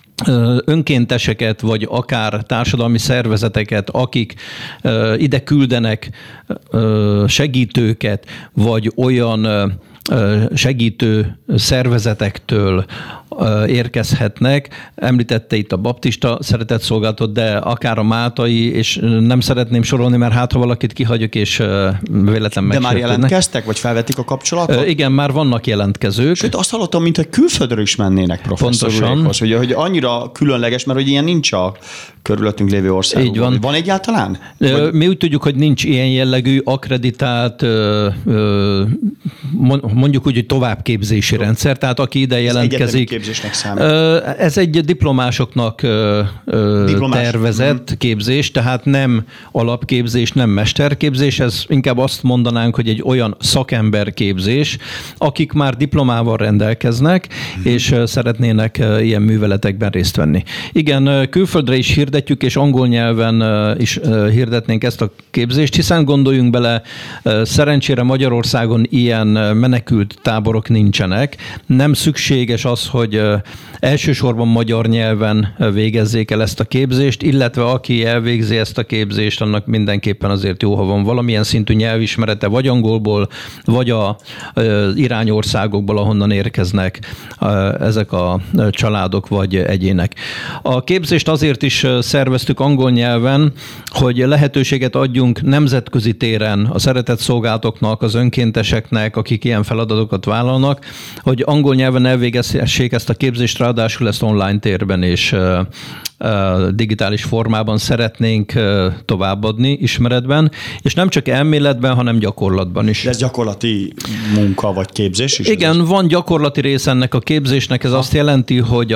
önkénteseket, vagy akár társadalmi szervezeteket, akik ide küldenek segítőket, vagy olyan segítő szervezetektől érkezhetnek. Említette itt a baptista szeretetszolgálatot, de akár a máltai, és nem szeretném sorolni, mert hát ha valakit kihagyok, és véletlen megsértődnek. De már jelentkeztek, vagy felvették a kapcsolatot? Igen, már vannak jelentkezők. Sőt, azt hallottam, mint hogy külföldről is mennének professzorulékhoz, hogy annyira különleges, mert hogy ilyen nincs a körülöttünk lévő országokban. Így van. Van egyáltalán? Mi úgy tudjuk, hogy nincs ilyen jellegű akkreditált, mondjuk úgy, hogy továbbképzési rendszer, tehát aki ide jelentkezik. Ez egy diplomásoknak tervezett képzés, tehát nem alapképzés, nem mesterképzés, ez inkább azt mondanánk, hogy egy olyan szakemberképzés, akik már diplomával rendelkeznek, és szeretnének ilyen műveletekben részt venni. Igen, külföldre is hirdetjük, és angol nyelven is hirdetnénk ezt a képzést, hiszen gondoljunk bele, szerencsére Magyarországon ilyen menekült táborok nincsenek. Nem szükséges az, hogy elsősorban magyar nyelven végezzék el ezt a képzést, illetve aki elvégzi ezt a képzést, annak mindenképpen azért jó, ha van valamilyen szintű nyelvismerete, vagy angolból, vagy az irányországokból, ahonnan érkeznek ezek a családok vagy egyének. A képzést azért is szerveztük angol nyelven, hogy lehetőséget adjunk nemzetközi téren a szeretetszolgálatoknak, az önkénteseknek, akik ilyen feladatokat vállalnak, hogy angol nyelven elvégezhessék ezt a képzést, ráadásul ezt online térben és digitális formában szeretnénk továbbadni ismeretben, és nem csak elméletben, hanem gyakorlatban is. De ez gyakorlati munka vagy képzés is? Igen, van gyakorlati rész ennek a képzésnek, ez azt jelenti, hogy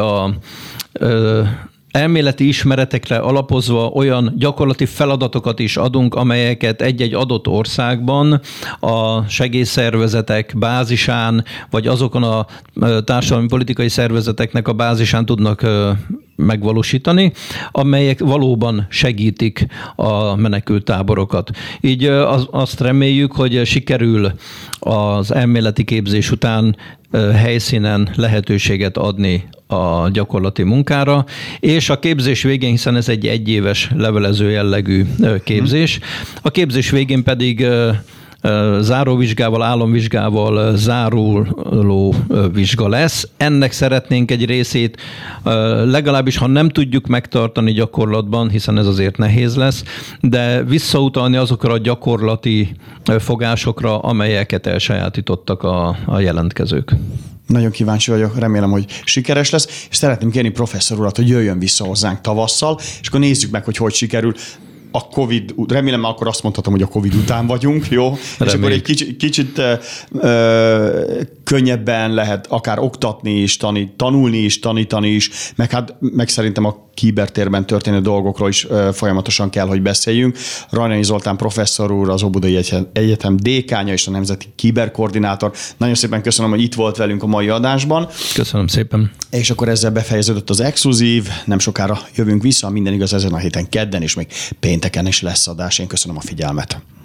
elméleti ismeretekre alapozva olyan gyakorlati feladatokat is adunk, amelyeket egy-egy adott országban a segélyszervezetek bázisán, vagy azokon a társadalmi politikai szervezeteknek a bázisán tudnak megvalósítani, amelyek valóban segítik a menekült táborokat. Így azt reméljük, hogy sikerül az elméleti képzés után helyszínen lehetőséget adni a gyakorlati munkára, és a képzés végén, hiszen ez egy egyéves levelező jellegű képzés, a képzés végén pedig záróvizsgával, álomvizsgával záruló vizsga lesz. Ennek szeretnénk egy részét, legalábbis ha nem tudjuk megtartani gyakorlatban, hiszen ez azért nehéz lesz, de visszautalni azokra a gyakorlati fogásokra, amelyeket elsajátítottak a jelentkezők. Nagyon kíváncsi vagyok, remélem, hogy sikeres lesz, és szeretném kérni professzor urat, hogy jöjjön vissza hozzánk tavasszal, és akkor nézzük meg, hogy sikerül. A Covid, remélem akkor azt mondhatom, hogy a Covid után vagyunk, jó? Reméljük. És akkor egy kicsit könnyebben lehet akár oktatni is, tanulni is, tanítani is, meg szerintem a kibertérben történő dolgokról is folyamatosan kell, hogy beszéljünk. Rajnai Zoltán professzor úr, az Óbudai Egyetem dékánya és a Nemzeti Kiberkoordinátor. Nagyon szépen köszönöm, hogy itt volt velünk a mai adásban. Köszönöm szépen. És akkor ezzel befejeződött az exkluzív. Nem sokára jövünk vissza, minden igaz ezen a héten kedden, és még pénteken is lesz adás. Én köszönöm a figyelmet.